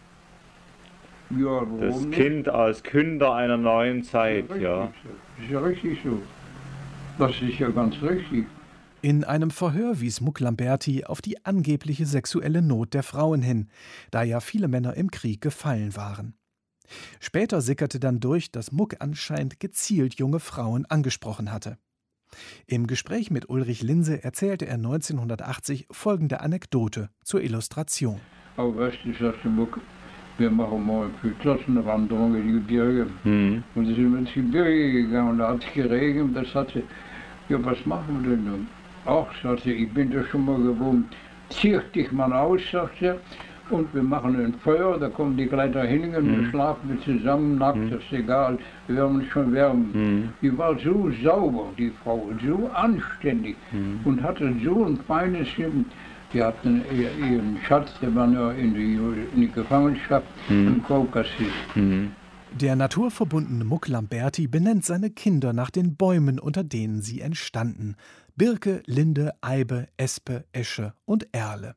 Ja, warum das nicht? Kind als Künder einer neuen Zeit, ja. Das ist ja richtig so. Das ist ja ganz richtig. In einem Verhör wies Muck Lamberti auf die angebliche sexuelle Not der Frauen hin, da ja viele Männer im Krieg gefallen waren. Später sickerte dann durch, dass Muck anscheinend gezielt junge Frauen angesprochen hatte. Im Gespräch mit Ulrich Linse erzählte er neunzehnhundertachtzig folgende Anekdote zur Illustration. Aber weißt du, sagte Muck, wir machen mal für eine Wanderung in die Gebirge. Mhm. Und da sind wir ins Gebirge gegangen und da hat es geregnet. Das sagte, ja, was machen wir denn nun? Ach, sagte, ich bin da schon mal gewohnt. Zieh dich mal aus, sagte, und wir machen ein Feuer, da kommen die gleich da hin und Mhm. wir schlafen wir zusammen, nackt, Mhm. das ist egal, wir werden uns schon wärmen. Mhm. Die war so sauber, die Frau, so anständig Mhm. und hatte so ein feines Leben. Die hatten ihren Schatz, der war ja in die, in die Gefangenschaft Mhm. im Kaukasus. Mhm. Der naturverbundene Muck Lamberti benennt seine Kinder nach den Bäumen, unter denen sie entstanden: Birke, Linde, Eibe, Espe, Esche und Erle.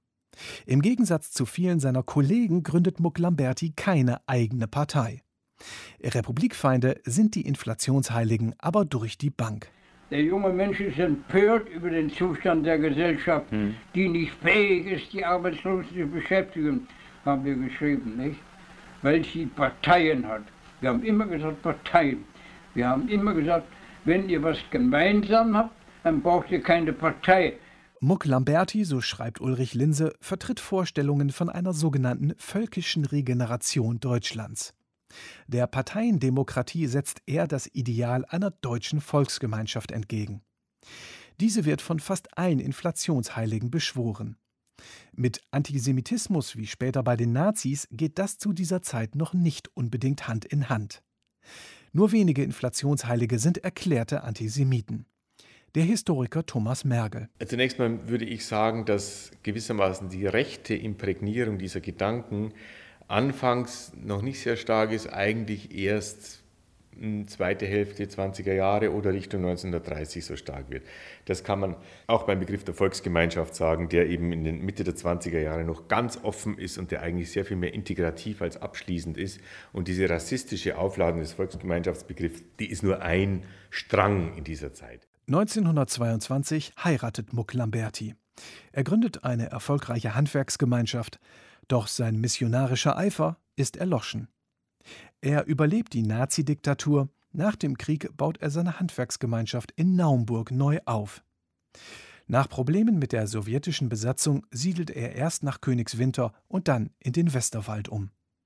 Im Gegensatz zu vielen seiner Kollegen gründet Muck Lamberti keine eigene Partei. Republikfeinde sind die Inflationsheiligen aber durch die Bank. Der junge Mensch ist empört über den Zustand der Gesellschaft, Mhm. die nicht fähig ist, die Arbeitslosen zu beschäftigen, haben wir geschrieben, nicht? Weil sie Parteien hat. Wir haben immer gesagt Parteien. Wir haben immer gesagt, wenn ihr was gemeinsam habt, dann braucht ihr keine Partei. Muck Lamberti, so schreibt Ulrich Linse, vertritt Vorstellungen von einer sogenannten völkischen Regeneration Deutschlands. Der Parteiendemokratie setzt er das Ideal einer deutschen Volksgemeinschaft entgegen. Diese wird von fast allen Inflationsheiligen beschworen. Mit Antisemitismus, wie später bei den Nazis, geht das zu dieser Zeit noch nicht unbedingt Hand in Hand. Nur wenige Inflationsheilige sind erklärte Antisemiten. Der Historiker Thomas Mergel. Zunächst mal würde ich sagen, dass gewissermaßen die rechte Imprägnierung dieser Gedanken anfangs noch nicht sehr stark ist, eigentlich erst zweite Hälfte zwanziger Jahre oder Richtung neunzehnhundertdreißig so stark wird. Das kann man auch beim Begriff der Volksgemeinschaft sagen, der eben in den Mitte der zwanziger Jahre noch ganz offen ist und der eigentlich sehr viel mehr integrativ als abschließend ist. Und diese rassistische Aufladung des Volksgemeinschaftsbegriffs, die ist nur ein Strang in dieser Zeit. neunzehnhundertzweiundzwanzig heiratet Muck Lamberti. Er gründet eine erfolgreiche Handwerksgemeinschaft, doch sein missionarischer Eifer ist erloschen. Er überlebt die Nazidiktatur. Nach dem Krieg baut er seine Handwerksgemeinschaft in Naumburg neu auf. Nach Problemen mit der sowjetischen Besatzung siedelt er erst nach Königswinter und dann in den Westerwald um.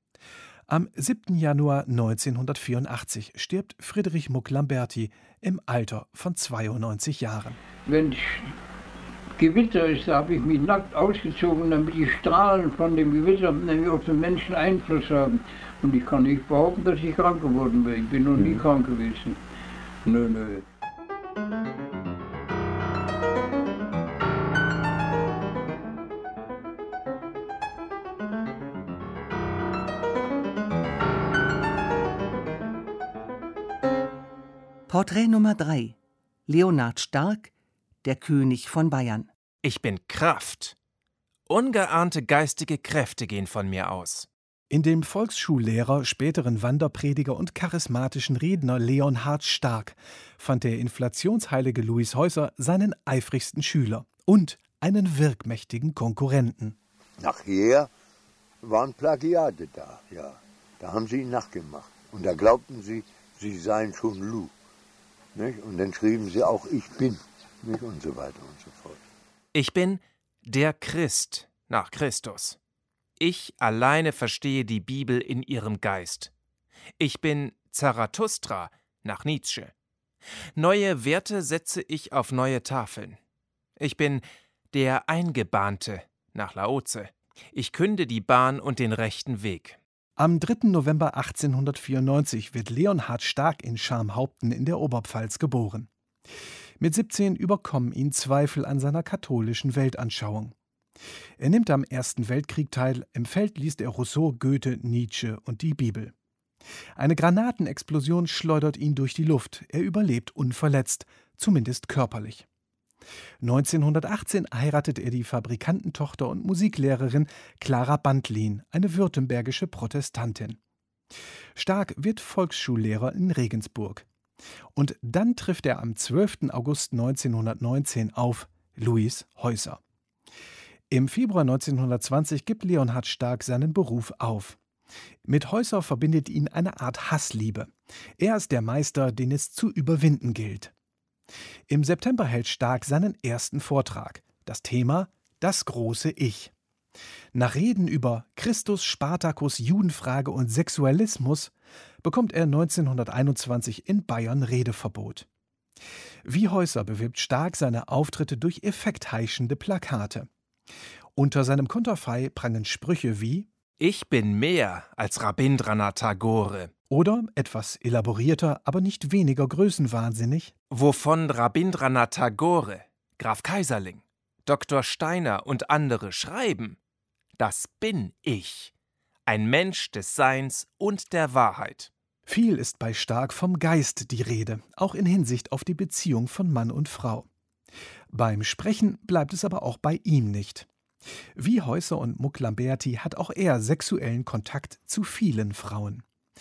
Am siebten Januar neunzehnhundertvierundachtzig stirbt Friedrich Muck Lamberti im Alter von zweiundneunzig Jahren. Wenn es Gewitter ist, da habe ich mich nackt ausgezogen, damit die Strahlen von dem Gewitter nämlich auf den Menschen Einfluss haben. Und ich kann nicht behaupten, dass ich krank geworden bin. Ich bin noch nie krank gewesen. Nö, nö. Porträt Nummer drei. Leonhard Stark, der König von Bayern. Ich bin Kraft. Ungeahnte geistige Kräfte gehen von mir aus. In dem Volksschullehrer, späteren Wanderprediger und charismatischen Redner Leonhard Stark fand der inflationsheilige Louis Häuser seinen eifrigsten Schüler und einen wirkmächtigen Konkurrenten. Nachher waren Plagiate da, ja. Da haben sie ihn nachgemacht. Und da glaubten sie, sie seien schon Lou. Nicht? Und dann schrieben sie auch, ich bin, nicht? Und so weiter und so fort. Ich bin der Christ nach Christus. Ich alleine verstehe die Bibel in ihrem Geist. Ich bin Zarathustra nach Nietzsche. Neue Werte setze ich auf neue Tafeln. Ich bin der Eingebahnte nach Laoze. Ich künde die Bahn und den rechten Weg. Am dritten November achtzehnhundertvierundneunzig wird Leonhard Stark in Scharmhaupten in der Oberpfalz geboren. Mit siebzehn überkommen ihn Zweifel an seiner katholischen Weltanschauung. Er nimmt am Ersten Weltkrieg teil, im Feld liest er Rousseau, Goethe, Nietzsche und die Bibel. Eine Granatenexplosion schleudert ihn durch die Luft, er überlebt unverletzt, zumindest körperlich. neunzehnhundertachtzehn heiratet er die Fabrikantentochter und Musiklehrerin Clara Bandlin, eine württembergische Protestantin. Stark wird Volksschullehrer in Regensburg. Und dann trifft er am zwölften August neunzehnhundertneunzehn auf Louis Heuser. Im Februar neunzehnhundertzwanzig gibt Leonhard Stark seinen Beruf auf. Mit Heuser verbindet ihn eine Art Hassliebe. Er ist der Meister, den es zu überwinden gilt. Im September hält Stark seinen ersten Vortrag. Das Thema: Das große Ich. Nach Reden über Christus, Spartacus, Judenfrage und Sexualismus bekommt er neunzehnhunderteinundzwanzig in Bayern Redeverbot. Wie Heuser bewirbt Stark seine Auftritte durch effektheischende Plakate. Unter seinem Konterfei prangen Sprüche wie »Ich bin mehr als Rabindranath Tagore« oder, etwas elaborierter, aber nicht weniger größenwahnsinnig, »Wovon Rabindranath Tagore, Graf Kaiserling, Doktor Steiner und andere schreiben, das bin ich, ein Mensch des Seins und der Wahrheit.« Viel ist bei Stark vom Geist die Rede, auch in Hinsicht auf die Beziehung von Mann und Frau. Beim Sprechen bleibt es aber auch bei ihm nicht. Wie Heuser und Muck Lamberti hat auch er sexuellen Kontakt zu vielen Frauen.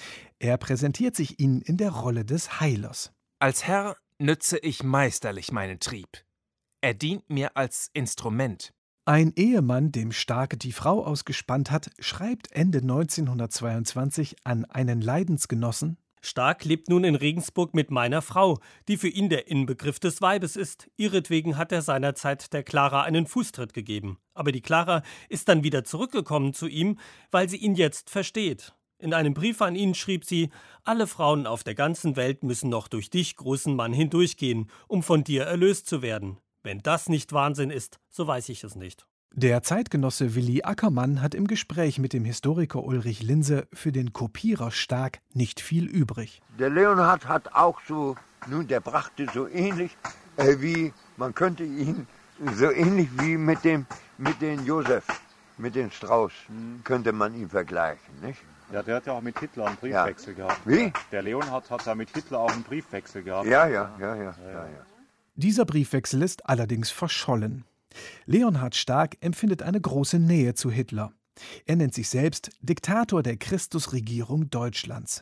Er präsentiert sich ihnen in der Rolle des Heilers. »Als Herr nütze ich meisterlich meinen Trieb. Er dient mir als Instrument.« Ein Ehemann, dem Stark die Frau ausgespannt hat, schreibt Ende neunzehnhundertzweiundzwanzig an einen Leidensgenossen: Stark lebt nun in Regensburg mit meiner Frau, die für ihn der Inbegriff des Weibes ist. Ihretwegen hat er seinerzeit der Clara einen Fußtritt gegeben. Aber die Clara ist dann wieder zurückgekommen zu ihm, weil sie ihn jetzt versteht. In einem Brief an ihn schrieb sie: Alle Frauen auf der ganzen Welt müssen noch durch dich, großen Mann, hindurchgehen, um von dir erlöst zu werden. Wenn das nicht Wahnsinn ist, so weiß ich es nicht. Der Zeitgenosse Willi Ackermann hat im Gespräch mit dem Historiker Ulrich Linse für den Kopierer Stark nicht viel übrig. Der Leonhard hat auch so, nun, der brachte so ähnlich äh, wie, man könnte ihn so ähnlich wie mit dem, mit dem Josef, mit dem Strauß, könnte man ihn vergleichen, nicht? Ja, der hat ja auch mit Hitler einen Briefwechsel ja. gehabt. Wie? Der Leonhard hat ja mit Hitler auch einen Briefwechsel gehabt. Ja, ja, ja, ja. ja, ja. ja. Dieser Briefwechsel ist allerdings verschollen. Leonhard Stark empfindet eine große Nähe zu Hitler. Er nennt sich selbst Diktator der Christusregierung Deutschlands.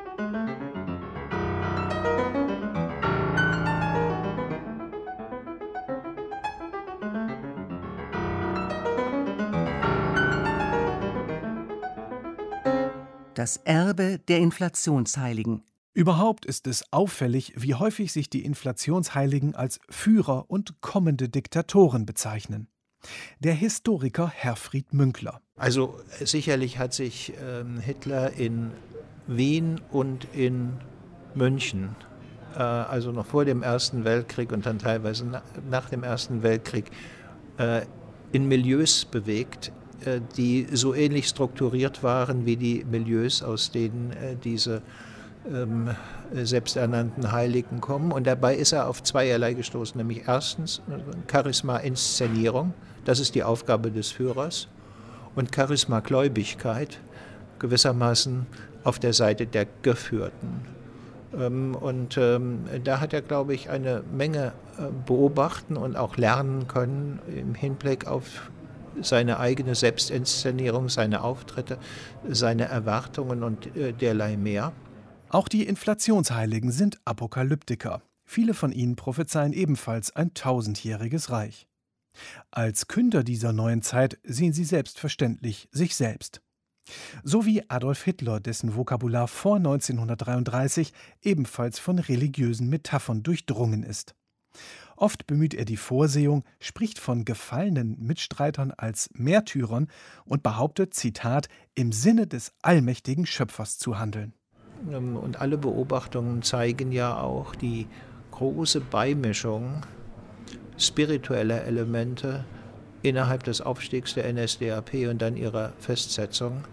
Das Erbe der Inflationsheiligen. Überhaupt ist es auffällig, wie häufig sich die Inflationsheiligen als Führer und kommende Diktatoren bezeichnen. Der Historiker Herfried Münkler. Also sicherlich hat sich ähm, Hitler in Wien und in München, äh, also noch vor dem Ersten Weltkrieg und dann teilweise na, nach dem Ersten Weltkrieg, äh, in Milieus bewegt, äh, die so ähnlich strukturiert waren wie die Milieus, aus denen äh, diese ähm, selbsternannten Heiligen kommen. Und dabei ist er auf zweierlei gestoßen, nämlich erstens Charisma-Inszenierung, das ist die Aufgabe des Führers, und Charisma-Gläubigkeit, gewissermaßen auf der Seite der Geführten. Ähm, und ähm, da hat er, glaube ich, eine Menge äh, beobachten und auch lernen können im Hinblick auf seine eigene Selbstinszenierung, seine Auftritte, seine Erwartungen und äh, derlei mehr. Auch die Inflationsheiligen sind Apokalyptiker. Viele von ihnen prophezeien ebenfalls ein tausendjähriges Reich. Als Künder dieser neuen Zeit sehen sie selbstverständlich sich selbst. So wie Adolf Hitler, dessen Vokabular vor neunzehnhundertdreiunddreißig ebenfalls von religiösen Metaphern durchdrungen ist. Oft bemüht er die Vorsehung, spricht von gefallenen Mitstreitern als Märtyrern und behauptet, Zitat, im Sinne des allmächtigen Schöpfers zu handeln. Und alle Beobachtungen zeigen ja auch die große Beimischung spiritueller Elemente innerhalb des Aufstiegs der N S D A P und dann ihrer Festsetzung.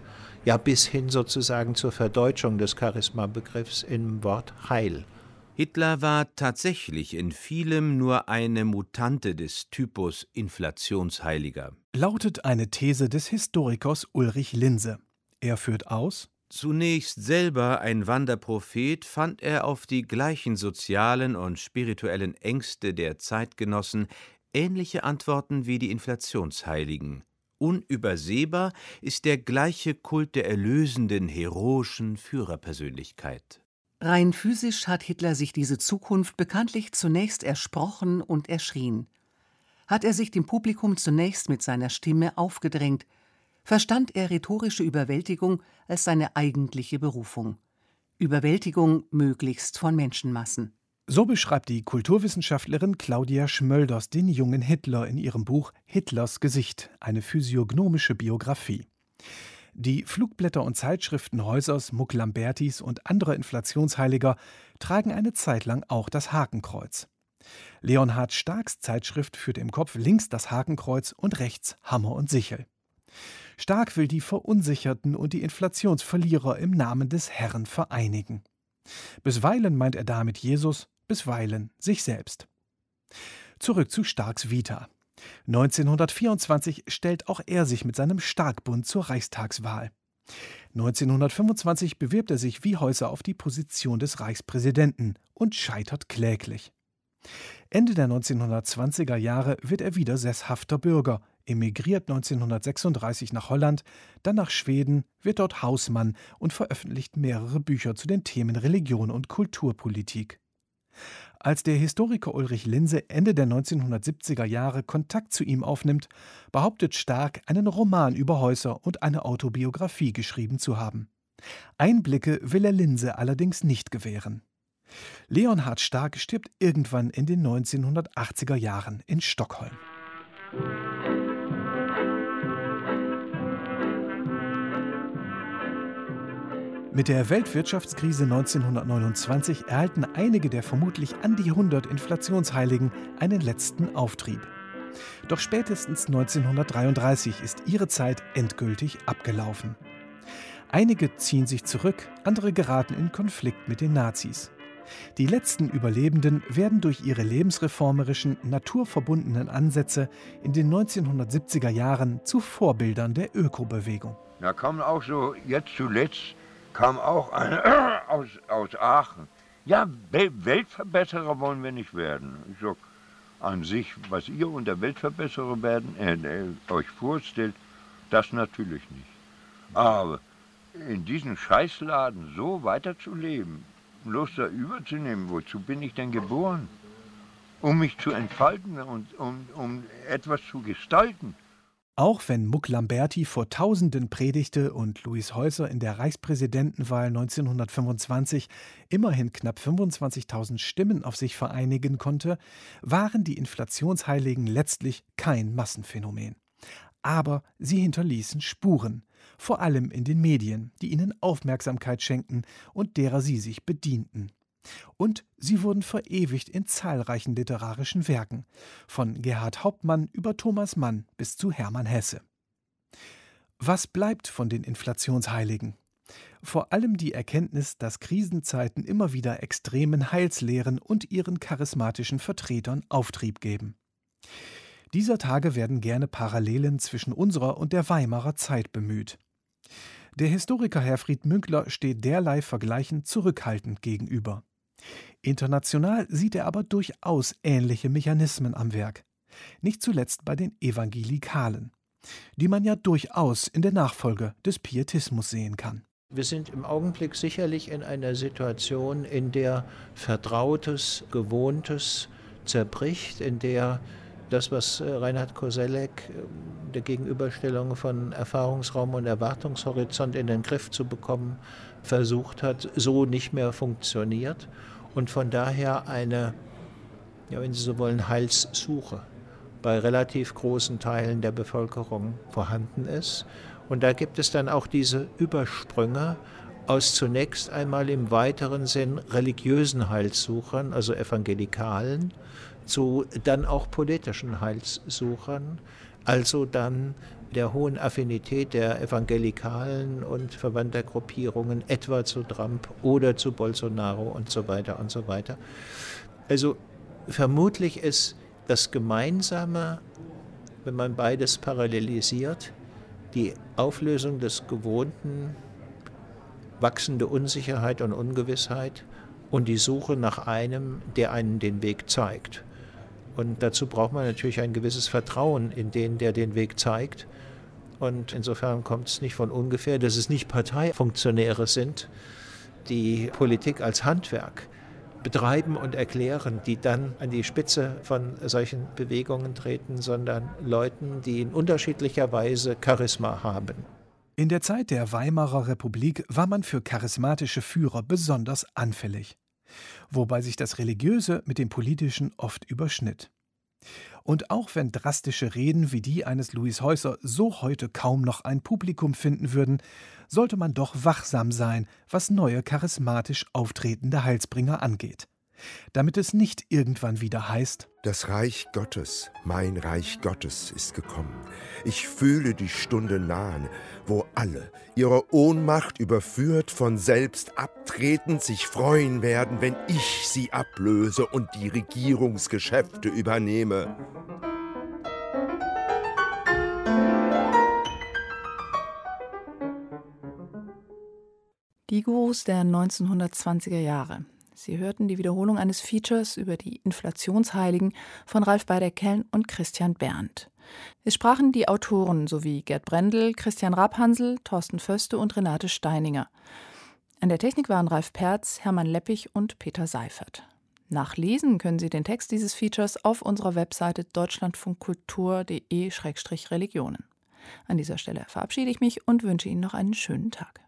ja bis hin sozusagen zur Verdeutschung des Charisma-Begriffs im Wort Heil. Hitler war tatsächlich in vielem nur eine Mutante des Typus Inflationsheiliger. Lautet eine These des Historikers Ulrich Linse. Er führt aus: Zunächst selber ein Wanderprophet, fand er auf die gleichen sozialen und spirituellen Ängste der Zeitgenossen ähnliche Antworten wie die Inflationsheiligen. Unübersehbar ist der gleiche Kult der erlösenden, heroischen Führerpersönlichkeit. Rein physisch hat Hitler sich diese Zukunft bekanntlich zunächst ersprochen und erschrien. Hat er sich dem Publikum zunächst mit seiner Stimme aufgedrängt, verstand er rhetorische Überwältigung als seine eigentliche Berufung. Überwältigung möglichst von Menschenmassen. So beschreibt die Kulturwissenschaftlerin Claudia Schmölders den jungen Hitler in ihrem Buch »Hitlers Gesicht – eine physiognomische Biografie«. Die Flugblätter und Zeitschriften Heusers, Muck-Lambertis und anderer Inflationsheiliger tragen eine Zeit lang auch das Hakenkreuz. Leonhard Starks Zeitschrift führt im Kopf links das Hakenkreuz und rechts Hammer und Sichel. Stark will die Verunsicherten und die Inflationsverlierer im Namen des Herrn vereinigen. Bisweilen meint er damit Jesus, bisweilen sich selbst. Zurück zu Starks Vita. neunzehnhundertvierundzwanzig stellt auch er sich mit seinem Starkbund zur Reichstagswahl. neunzehnhundertfünfundzwanzig bewirbt er sich wie Heuser auf die Position des Reichspräsidenten und scheitert kläglich. Ende der neunzehnhundertzwanziger Jahre wird er wieder sesshafter Bürger, emigriert neunzehnhundertsechsunddreißig nach Holland, dann nach Schweden, wird dort Hausmann und veröffentlicht mehrere Bücher zu den Themen Religion und Kulturpolitik. Als der Historiker Ulrich Linse Ende der neunzehnhundertsiebziger Jahre Kontakt zu ihm aufnimmt, behauptet Stark, einen Roman über Heuser und eine Autobiografie geschrieben zu haben. Einblicke will er Linse allerdings nicht gewähren. Leonhard Stark stirbt irgendwann in den neunzehnhundertachtziger Jahren in Stockholm. Mit der Weltwirtschaftskrise neunzehnhundertneunundzwanzig erhalten einige der vermutlich an die hundert Inflationsheiligen einen letzten Auftrieb. Doch spätestens neunzehnhundertdreiunddreißig ist ihre Zeit endgültig abgelaufen. Einige ziehen sich zurück, andere geraten in Konflikt mit den Nazis. Die letzten Überlebenden werden durch ihre lebensreformerischen, naturverbundenen Ansätze in den neunzehnhundertsiebziger Jahren zu Vorbildern der Ökobewegung. Da kam auch so, jetzt zuletzt kam auch einer aus, aus Aachen. Ja, Weltverbesserer wollen wir nicht werden. Ich sag, an sich, was ihr unter Weltverbesserer werden, äh, äh, euch vorstellt, das natürlich nicht. Aber in diesem Scheißladen so weiterzuleben, bloß da überzunehmen, wozu bin ich denn geboren? Um mich zu entfalten und um, um etwas zu gestalten. Auch wenn Muck-Lamberti vor Tausenden predigte und Louis Heuser in der Reichspräsidentenwahl neunzehnhundertfünfundzwanzig immerhin knapp fünfundzwanzigtausend Stimmen auf sich vereinigen konnte, waren die Inflationsheiligen letztlich kein Massenphänomen. Aber sie hinterließen Spuren, vor allem in den Medien, die ihnen Aufmerksamkeit schenkten und derer sie sich bedienten. Und sie wurden verewigt in zahlreichen literarischen Werken, von Gerhard Hauptmann über Thomas Mann bis zu Hermann Hesse. Was bleibt von den Inflationsheiligen? Vor allem die Erkenntnis, dass Krisenzeiten immer wieder extremen Heilslehren und ihren charismatischen Vertretern Auftrieb geben. Dieser Tage werden gerne Parallelen zwischen unserer und der Weimarer Zeit bemüht. Der Historiker Herfried Münkler steht derlei Vergleichen zurückhaltend gegenüber. International sieht er aber durchaus ähnliche Mechanismen am Werk. Nicht zuletzt bei den Evangelikalen, die man ja durchaus in der Nachfolge des Pietismus sehen kann. Wir sind im Augenblick sicherlich in einer Situation, in der Vertrautes, Gewohntes zerbricht, in der das, was Reinhard Koselleck der Gegenüberstellung von Erfahrungsraum und Erwartungshorizont in den Griff zu bekommen versucht hat, so nicht mehr funktioniert und von daher eine, ja, wenn Sie so wollen, Heilssuche bei relativ großen Teilen der Bevölkerung vorhanden ist. Und da gibt es dann auch diese Übersprünge aus zunächst einmal im weiteren Sinn religiösen Heilssuchern, also Evangelikalen, zu dann auch politischen Heilssuchern, also dann der hohen Affinität der Evangelikalen und verwandter Gruppierungen, etwa zu Trump oder zu Bolsonaro und so weiter und so weiter. Also vermutlich ist das Gemeinsame, wenn man beides parallelisiert, die Auflösung des Gewohnten, wachsende Unsicherheit und Ungewissheit und die Suche nach einem, der einen den Weg zeigt. Und dazu braucht man natürlich ein gewisses Vertrauen in den, der den Weg zeigt. Und insofern kommt es nicht von ungefähr, dass es nicht Parteifunktionäre sind, die Politik als Handwerk betreiben und erklären, die dann an die Spitze von solchen Bewegungen treten, sondern Leuten, die in unterschiedlicher Weise Charisma haben. In der Zeit der Weimarer Republik war man für charismatische Führer besonders anfällig, wobei sich das Religiöse mit dem Politischen oft überschnitt. Und auch wenn drastische Reden wie die eines Louis Heuser so heute kaum noch ein Publikum finden würden, sollte man doch wachsam sein, was neue charismatisch auftretende Heilsbringer angeht. Damit es nicht irgendwann wieder heißt: Das Reich Gottes, mein Reich Gottes ist gekommen. Ich fühle die Stunde nahen, wo alle, ihrer Ohnmacht überführt, von selbst abtretend sich freuen werden, wenn ich sie ablöse und die Regierungsgeschäfte übernehme. Die Gurus der neunzehnhundertzwanziger Jahre. Sie hörten die Wiederholung eines Features über die Inflationsheiligen von Ralf Beider-Kellen und Christian Berndt. Es sprachen die Autoren sowie Gerd Brendel, Christian Rabhansel, Thorsten Föste und Renate Steininger. An der Technik waren Ralf Perz, Hermann Leppich und Peter Seifert. Nachlesen können Sie den Text dieses Features auf unserer Webseite deutschlandfunkkultur punkt de Schrägstrich Religionen. An dieser Stelle verabschiede ich mich und wünsche Ihnen noch einen schönen Tag.